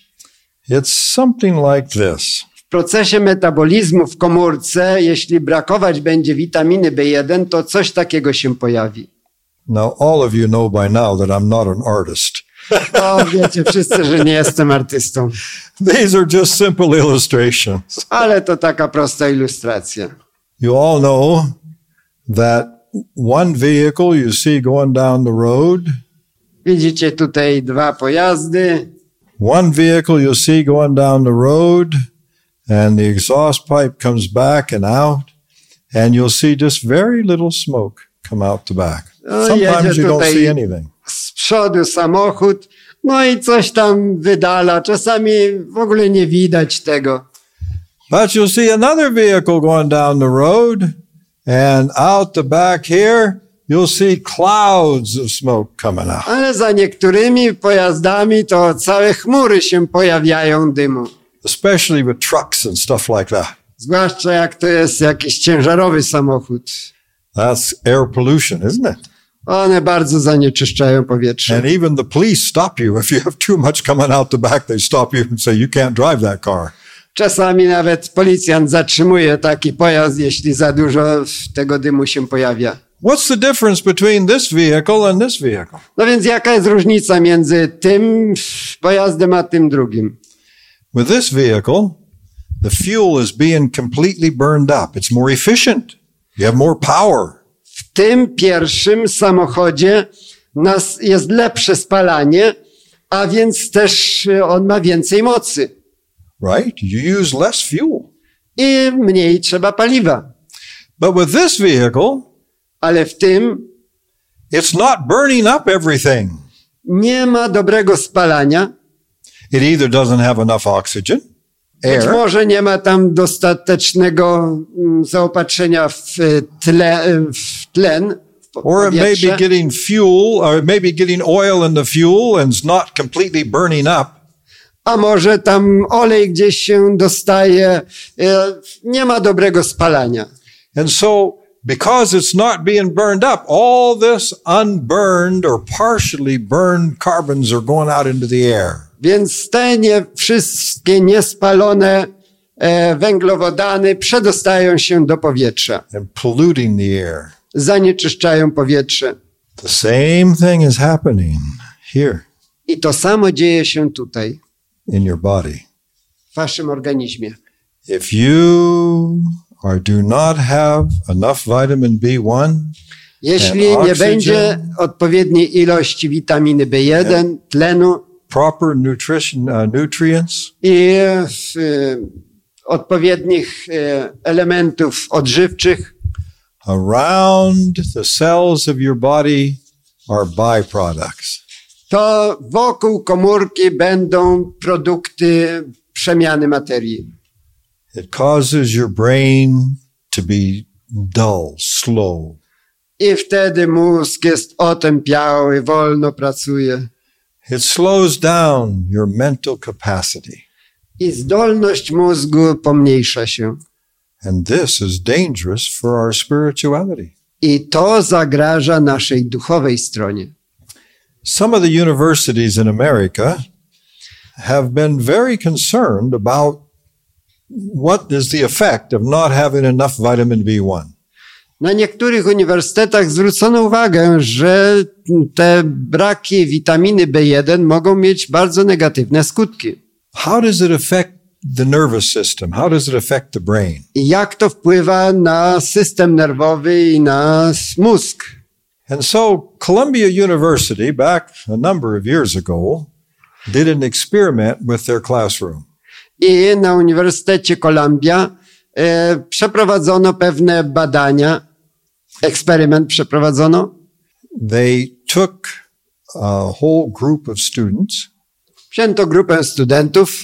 it's something like this. W procesie metabolizmu w komórce, jeśli brakować będzie witaminy B1, to coś takiego się pojawi. Now, all of you know by now that I'm not an artist. O, wiecie wszyscy, że nie jestem artystą. These are just simple illustrations. Ale to taka prosta ilustracja. You all know that one vehicle you see going down the road, Widzicie tutaj dwa pojazdy. one vehicle you'll see going down the road, and the exhaust pipe comes back and out, and you'll see just very little smoke come out the back. Sometimes you don't see anything. Z przodu samochód, no i coś tam wydala. Czasami w ogóle nie widać tego. But you'll see another vehicle going down the road, and out the back here, you'll see clouds of smoke coming out. Ale za niektórymi pojazdami to całe chmury się pojawiają dymu. Especially with trucks and stuff like that. Zwłaszcza jak to jest jakiś ciężarowy samochód. That's air pollution, isn't it? One bardzo zanieczyszczają powietrze. And even the police stop you. If you have too much coming out the back, they stop you and say, you can't drive that car. Czasami nawet policjant zatrzymuje taki pojazd, jeśli za dużo tego dymu się pojawia. What's the difference between this vehicle and this vehicle? No więc jaka jest różnica między tym pojazdem a tym drugim? With this vehicle, the fuel is being completely burned up. It's more efficient. You have more power. W tym pierwszym samochodzie jest lepsze spalanie, a więc też on ma więcej mocy. Right? You use less fuel. I mniej trzeba paliwa. But with this vehicle, ale w tym it's not burning up everything. nie ma dobrego spalania. It either doesn't have enough oxygen, Być air, może nie ma tam dostatecznego zaopatrzenia w tlen, w or it may be powietrze. getting fuel, or it may be getting oil in the fuel and it's not completely burning up. A może tam olej gdzieś się dostaje, nie ma dobrego spalania. And so, because it's not being burned up, all this unburned or partially burned carbons are going out into the air. Więc te wszystkie niespalone węglowodany przedostają się do powietrza, And polluting the air. zanieczyszczają powietrze. The same thing is happening here I to samo dzieje się tutaj, in your body. w waszym organizmie. If you do not have enough vitamin B1, Jeśli nie oxygen. będzie odpowiedniej ilości witaminy B1, tlenu proper nutrients, i odpowiednich elementów odżywczych, around the cells of your body are byproducts. to wokół komórki będą produkty przemiany materii. It causes your brain to be dull, slow. I wtedy mózg jest otępiały, wolno pracuje. It slows down your mental capacity. I zdolność mózgu pomniejsza się. And this is dangerous for our spirituality. I to zagraża naszej duchowej stronie. Some of the universities in America have been very concerned about what is the effect of not having enough vitamin B1. Na niektórych uniwersytetach zwrócono uwagę, że te braki witaminy B1 mogą mieć bardzo negatywne skutki. How does it affect the nervous system? How does it affect the brain? I jak to wpływa na system nerwowy i na mózg. And so Columbia University, back a number of years ago, did an experiment with their classroom. I na Uniwersytecie Columbia przeprowadzono pewne badania, eksperyment przeprowadzono. They took a whole group of students Wzięto grupę studentów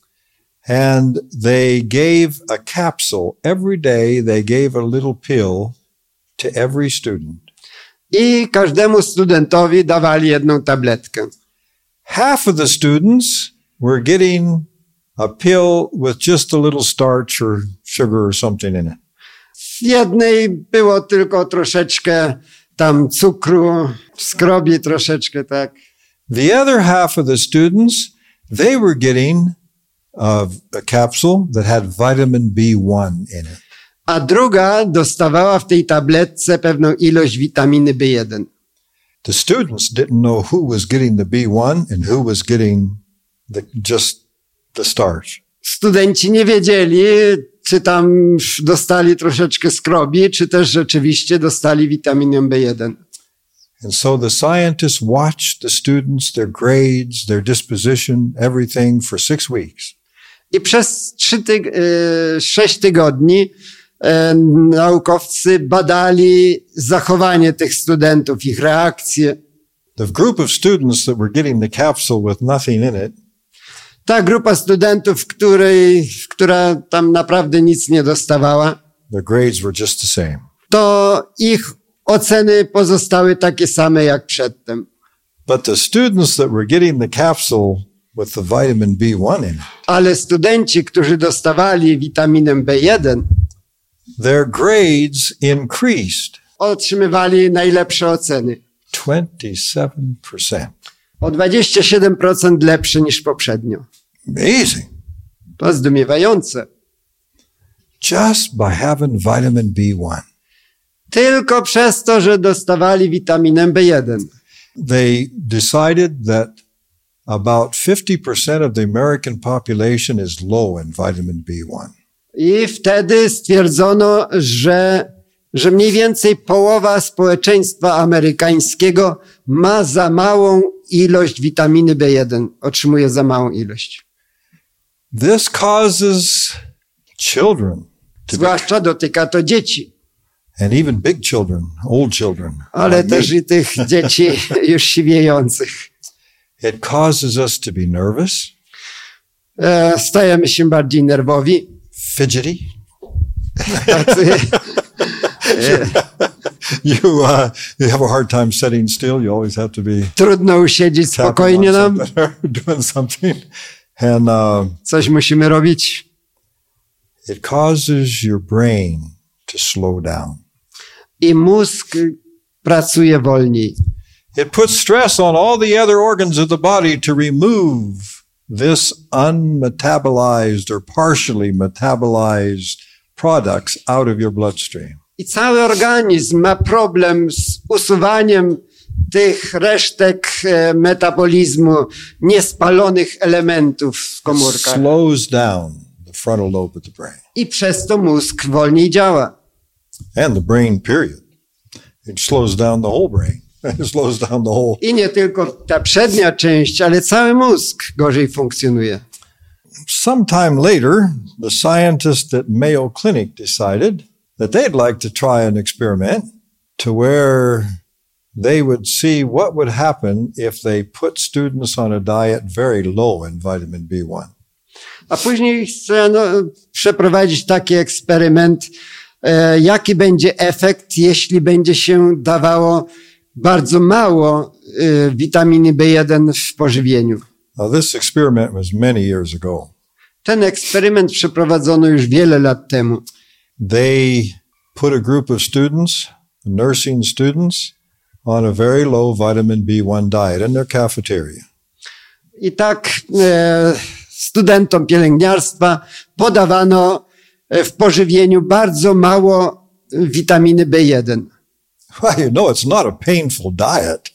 and they gave a capsule. Every day they gave a little pill to every student. i każdemu studentowi dawali jedną tabletkę. Half of the students were getting a pill with just a little starch or sugar or something in it. W jednej było tylko troszeczkę tam cukru, skrobi troszeczkę, tak. The other half of the students, they were getting a capsule that had vitamin B1 in it. A druga dostawała w tej tabletce pewną ilość witaminy B1. The students didn't know who was getting the B1 and who was getting just the starch. Studenci nie wiedzieli, czy tam dostali troszeczkę skrobi, czy też rzeczywiście dostali witaminę B1. And so the scientists watched the students, their grades, their disposition, everything for 6 weeks. I przez 6 tygodni naukowcy badali zachowanie tych studentów, ich reakcje. The group of students that were getting the capsule with nothing in it, Ta grupa studentów, która tam naprawdę nic nie dostawała, their grades were just the same. to ich oceny pozostały takie same jak przedtem. But the students that were getting the capsule with the vitamin B1 in it, Ale studenci, którzy dostawali witaminę B1, their grades increased otrzymywali najlepsze oceny. 27%. O 27% lepsze niż poprzednio. Amazing. To zdumiewające. Just by having vitamin B1. Tylko przez to, że dostawali witaminę B1. They decided that about 50% of the American population is low in vitamin B1. I wtedy stwierdzono, że mniej więcej połowa społeczeństwa amerykańskiego ma za małą ilość witaminy B1. Otrzymuje za małą ilość. This causes children Zwłaszcza dotyka to dzieci. and even big children, old children. Ale like me. też i tych dzieci już siwiejących. It causes us to be nervous, Stajemy się bardziej nerwowi, fidgety. tacy, You have a hard time sitting still. You always have to be trudno usiedzieć tapping spokojnie on nam, something or doing something. And coś musimy robić. it causes your brain to slow down. I mózg pracuje wolniej. It puts stress on all the other organs of the body to remove this unmetabolized or partially metabolized products out of your bloodstream. I cały organizm ma problem z usuwaniem tych resztek metabolizmu, niespalonych elementów w komórkach. Slows down the frontal lobe of the brain. I przez to mózg wolniej działa. And the brain, period. It slows down the whole brain. It slows down the whole. I nie tylko ta przednia część, ale cały mózg gorzej funkcjonuje. Sometime later, the scientists at Mayo Clinic decided that they'd like to try an experiment to where they would see what would happen if they put students on a diet very low in vitamin B1. A później chciano przeprowadzić taki eksperyment, jaki będzie efekt, jeśli będzie się dawało bardzo mało witaminy B1 w pożywieniu. Now, this experiment was many years ago. Ten eksperyment przeprowadzono już wiele lat temu. They put a group of students, nursing students, on a very low vitamin B1 diet in their cafeteria. I tak studentom pielęgniarstwa podawano w pożywieniu bardzo mało witaminy B1. Well, you know, it's not a painful diet.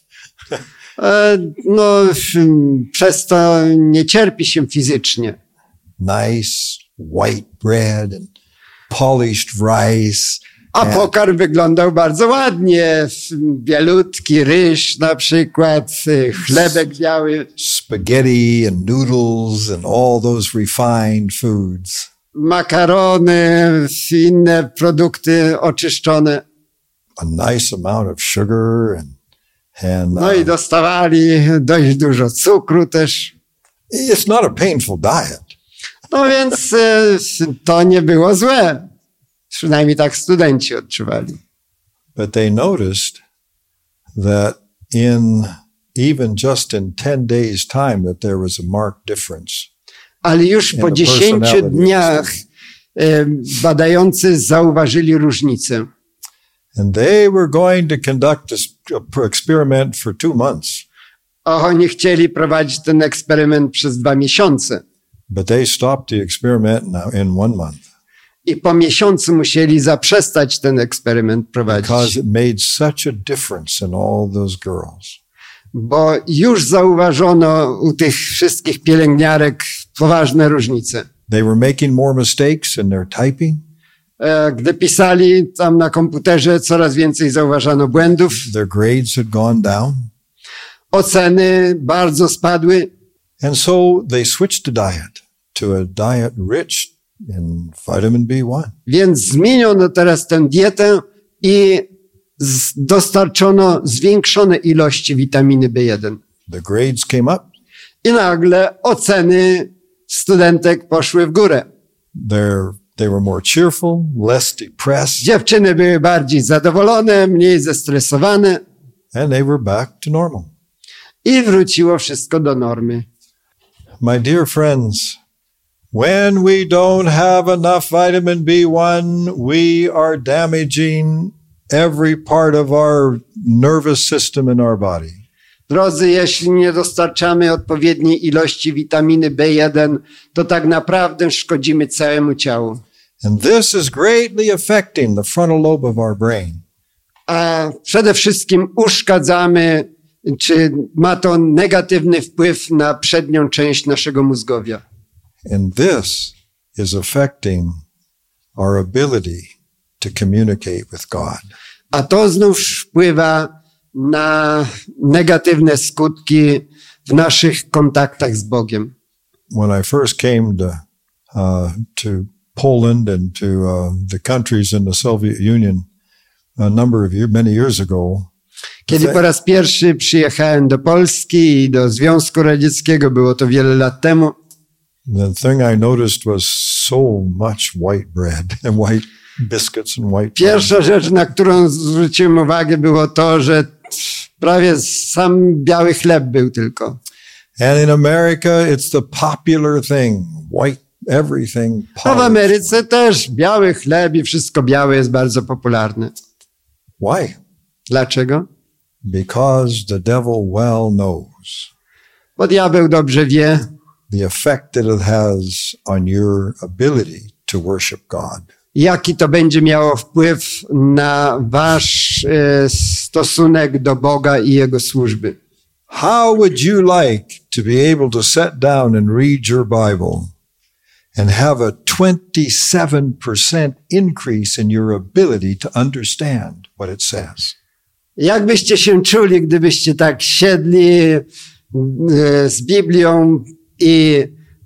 No, przez to nie cierpi się fizycznie. Nice white bread and polished rice. A pokarm wyglądał bardzo ładnie. Bielutki ryż na przykład, chlebek biały. Spaghetti and noodles and all those refined foods. Makarony, inne produkty oczyszczone. A nice amount of sugar and No i dostawali dość dużo cukru też. it's not a painful diet. No więc to nie było złe. Przynajmniej tak studenci odczuwali. But they noticed that even just in 10 days' time that there was a marked difference. Ale już po 10 dniach badający zauważyli różnicę. And they were going to conduct this experiment for 2 months. Oni chcieli prowadzić ten eksperyment przez 2 miesiące. But they stopped the experiment now in 1 month. I po miesiącu musieli zaprzestać ten eksperyment prowadzić. Because it made such a difference in all those girls. Bo już zauważono u tych wszystkich pielęgniarek poważne różnice. They were making more mistakes in their typing. Gdy pisali tam na komputerze, coraz więcej zauważano błędów. Their grades had gone down. Oceny bardzo spadły. And so they switched the diet to a diet rich in vitamin B1. Więc zmieniono teraz tę dietę i dostarczono zwiększone ilości witaminy B1. The grades came up. I nagle oceny studentek poszły w górę. They were more cheerful, less depressed. Dziewczyny były bardziej zadowolone, mniej zestresowane. And they were back to normal. I wróciło wszystko do normy. My dear friends, when we don't have enough vitamin B1, we are damaging every part of our nervous system in our body. Drodzy, jeśli nie dostarczamy odpowiedniej ilości witaminy B1, to tak naprawdę szkodzimy całemu ciału. And this is greatly affecting the frontal lobe of our brain. A przede wszystkim uszkadzamy, czy ma to negatywny wpływ na przednią część naszego mózgowia. And this is affecting our ability to communicate with God. A to znów wpływa na negatywne skutki w naszych kontaktach z Bogiem. When I first came to Poland and to the countries in the Soviet Union, many years ago. Kiedy po raz pierwszy przyjechałem do Polski i do Związku Radzieckiego, było to wiele lat temu, The thing I noticed was so much white bread and white biscuits and white. Pierwsza rzecz, na którą zwróciłem uwagę, było to, że prawie sam biały chleb był tylko. And in America, it's the popular thing. White, everything. A w Ameryce też biały chleb i wszystko białe jest bardzo popularne. Why? Dlaczego? Because the devil well knows Bo diabeł dobrze wie, the effect that it has on your ability to worship God. jaki to będzie miało wpływ na wasz stosunek do Boga i Jego służby. How would you like to be able to sit down and read your Bible and have a 27% increase in your ability to understand what it says? Jak byście się czuli, gdybyście tak siedli z Biblią i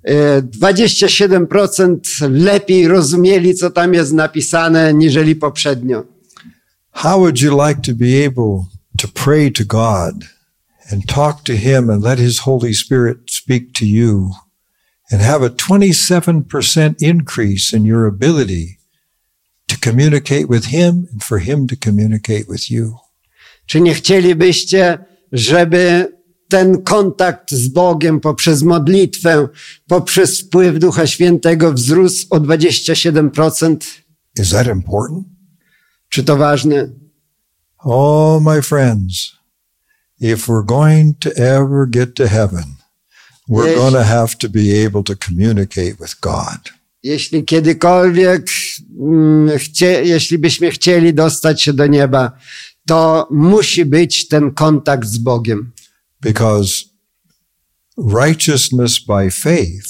27% lepiej rozumieli, co tam jest napisane, niżeli poprzednio? How would you like to be able to pray to God and talk to Him and let His Holy Spirit speak to you and have a 27% increase in your ability to communicate with Him and for Him to communicate with you? Czy nie chcielibyście, żeby ten kontakt z Bogiem poprzez modlitwę, poprzez wpływ Ducha Świętego wzrósł o 27%? Is that important? Czy to ważne? Oh, my friends, if we're going to ever get to heaven, we're going to have to be able to communicate with God. Jeśli kiedykolwiek, jeśli byśmy chcieli dostać się do nieba, to musi być ten kontakt z Bogiem. Because righteousness by faith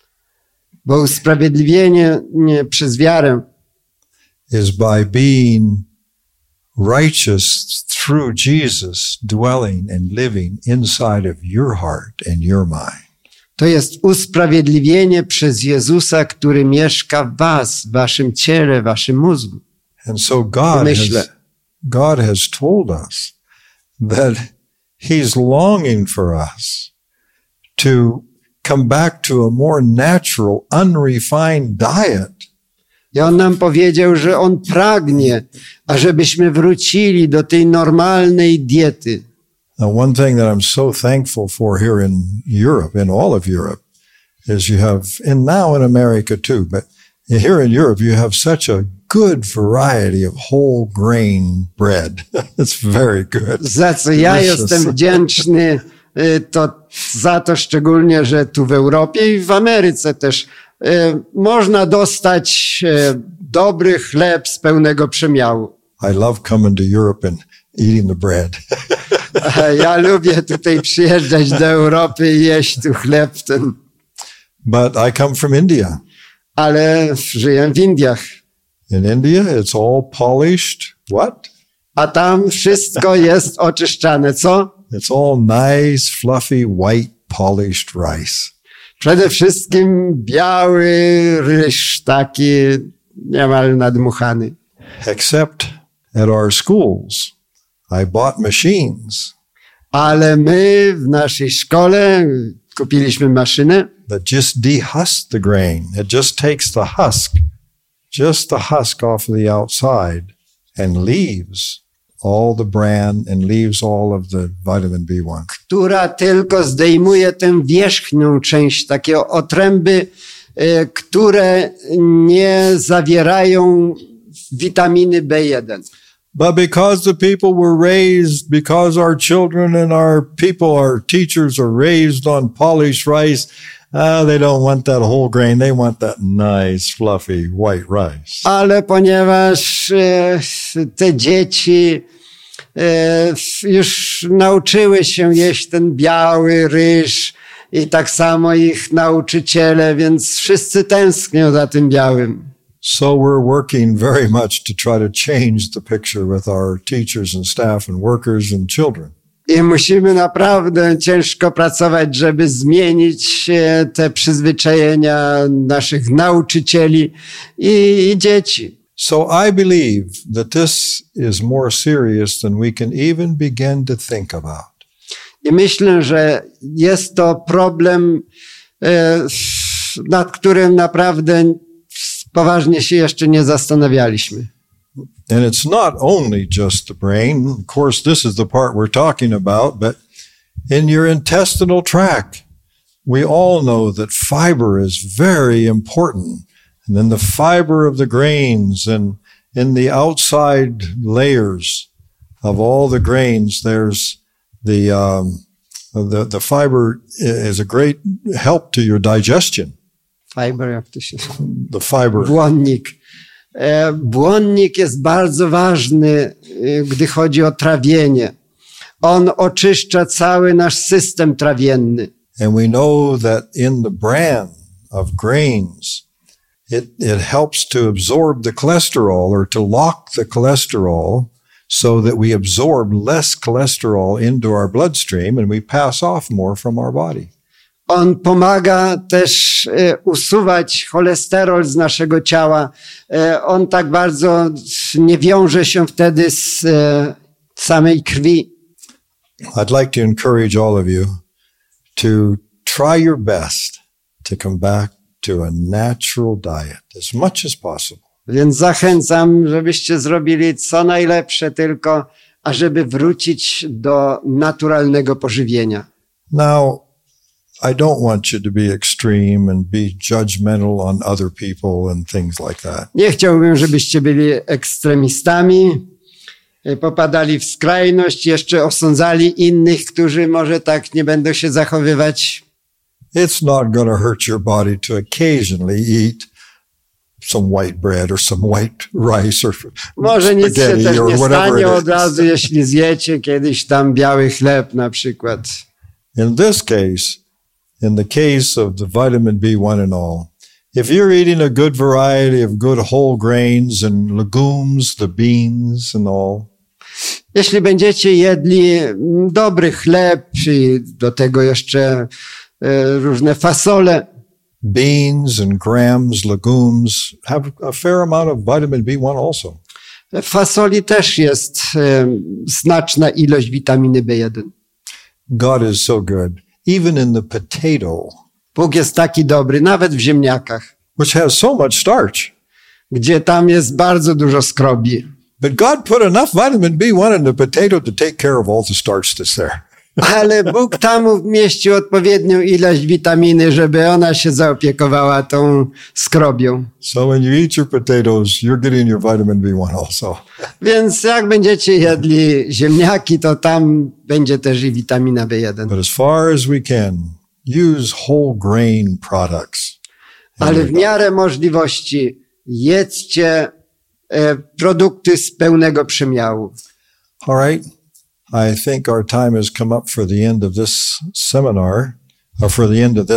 Bo usprawiedliwienie przez wiarę is by being righteous through Jesus dwelling and living inside of your heart and your mind. to jest usprawiedliwienie przez Jezusa, który mieszka w was, w waszym ciele, w waszym mózgu. And so God has told us that He's longing for us to come back to a more natural, unrefined diet. I On nam powiedział, że On pragnie, ażebyśmy wrócili do tej normalnej diety. Now, one thing that I'm so thankful for here in Europe, in all of Europe, is you have, and now in America too, but here in Europe, you have such a good variety of whole grain bread. It's very good. Za co ja jestem wdzięczny, to za to szczególnie, że tu w Europie i w Ameryce też można dostać dobry chleb z pełnego przemiału. I love coming to Europe and eating the bread. Ja lubię tutaj przyjeżdżać do Europy i jeść tu chleb ten. But I come from India. Ale żyję w Indiach. In India, it's all polished. What? A tam wszystko jest oczyszczane, co? It's all nice, fluffy, white, polished rice. Przede wszystkim biały ryż, taki niemal nadmuchany. Except at our schools, I bought machines Ale my w naszej szkole kupiliśmy maszynę, that just dehusk the grain. It just takes the husk off the outside and leaves all the bran and leaves all of the vitamin B1. która tylko zdejmuje tę wierzchnią część, takie otręby, które nie zawierają witaminy B1. But because the people were raised, because our children and our people, our teachers are raised on polished rice, they don't want that whole grain. They want that nice, fluffy, white rice. Ale ponieważ te dzieci już nauczyły się jeść ten biały ryż i tak samo ich nauczyciele, więc wszyscy tęsknią za tym białym. So we're working very much to try to change the picture with our teachers and staff and workers and children. I musimy naprawdę ciężko pracować, żeby zmienić te przyzwyczajenia naszych nauczycieli i dzieci. So I believe that this is more serious than we can even begin to think about. I myślę, że jest to problem, nad którym naprawdę poważnie się jeszcze nie zastanawialiśmy. And it's not only just the brain. Of course, this is the part we're talking about, but in your intestinal tract, we all know that fiber is very important. And then the fiber of the grains, and in the outside layers of all the grains, there's the fiber is a great help to your digestion. Fiber, jak to się... The fiber. Błonnik. Błonnik jest bardzo ważny, gdy chodzi o trawienie. On oczyszcza cały nasz system trawienny. And we know that in the bran of grains, it helps to absorb the cholesterol or to lock the cholesterol so that we absorb less cholesterol into our bloodstream and we pass off more from our body. On pomaga też usuwać cholesterol z naszego ciała. On tak bardzo nie wiąże się wtedy z samej krwi. I'd like to encourage all of you to try your best to come back to a natural diet as much as possible. Więc zachęcam, żebyście zrobili co najlepsze tylko, ażeby wrócić do naturalnego pożywienia. Now, I don't want you to be extreme and be judgmental on other people and things like that. Nie chciałbym, żebyście byli ekstremistami, popadali w skrajność, jeszcze osądzali innych, którzy może tak nie będą się zachowywać. It's not going to hurt your body to occasionally eat some white bread or some white rice or może nic się spaghetti też or nie whatever stanie it od is. razu, jeśli zjecie kiedyś tam biały chleb na przykład. In this case, in the case of the vitamin B1 and all, if you're eating a good variety of good whole grains and legumes, the beans and all, Jeśli będziecie jedli dobry chleb i do tego jeszcze różne fasole, beans and grams, legumes have a fair amount of vitamin B1 also. w fasoli też jest znaczna ilość witaminy B1. God is so good. Even in the potato, Bóg jest taki dobry, nawet w ziemniakach, which has so much starch. gdzie tam jest bardzo dużo skrobi. But God put enough vitamin B1 in the potato to take care of all the starch that's there. Ale Bóg tam umieścił odpowiednią ilość witaminy, żeby ona się zaopiekowała tą skrobią. So when you eat your potatoes, you're getting your vitamin B1 also. Więc jak będziecie jedli ziemniaki, to tam będzie też i witamina B1. But as far as we can, use whole grain products. Ale w miarę możliwości jedzcie produkty z pełnego przemiału. All right. I think our time has come up for the end of this seminar, or for the end of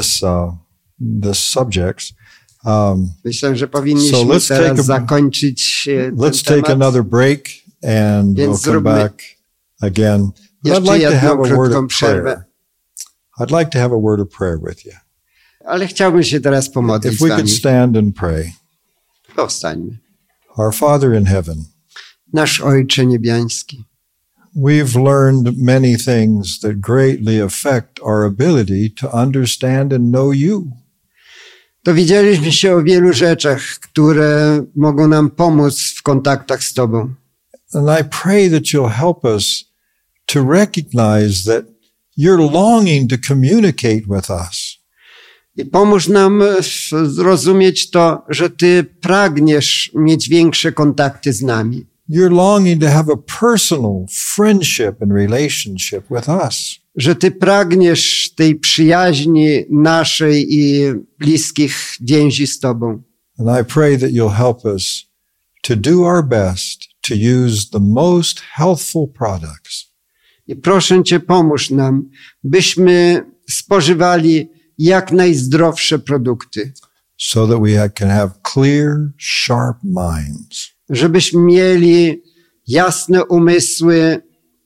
this subject. Myślę, że So powinniśmy let's teraz zakończyć let's ten take temat. another break and Więc we'll come zróbmy back again. But I'd jeszcze like to have jedną a word krótką of przerwę. prayer. I'd like to have a word of prayer with you. Ale chciałbym się teraz pomodlić If we z could wami. stand and pray. Powstańmy. Our Father in heaven, Nasz Ojcze Niebiański, we've learned many things that greatly affect our ability to understand and know you. dowiedzieliśmy się o wielu rzeczach, które mogą nam pomóc w kontaktach z Tobą. And I pray that you'll help us to recognize that you're longing to communicate with us. I pomóż nam zrozumieć to, że Ty pragniesz mieć większe kontakty z nami. You're longing to have a personal friendship and relationship with us. Że Ty pragniesz tej przyjaźni naszej i bliskich więzi z Tobą. And I pray that you'll help us to do our best to use the most healthful products. I proszę Cię, pomóż nam, byśmy spożywali jak najzdrowsze produkty. So that we can have clear, sharp minds. Żebyśmy mieli jasne umysły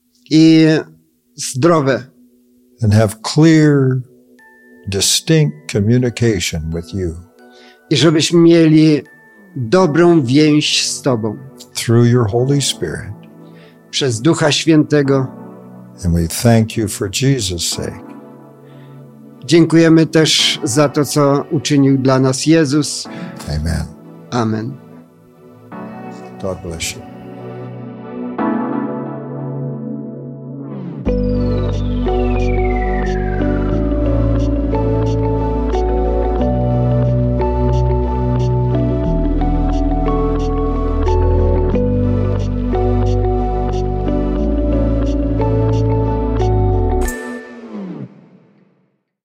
i zdrowe. And have clear, distinct communication with you. I żebyśmy mieli dobrą więź z Tobą through your Holy Spirit. przez Ducha Świętego. And we thank you for Jesus' sake. Dziękujemy też za to, co uczynił dla nas Jezus. Amen. Amen. God bless you.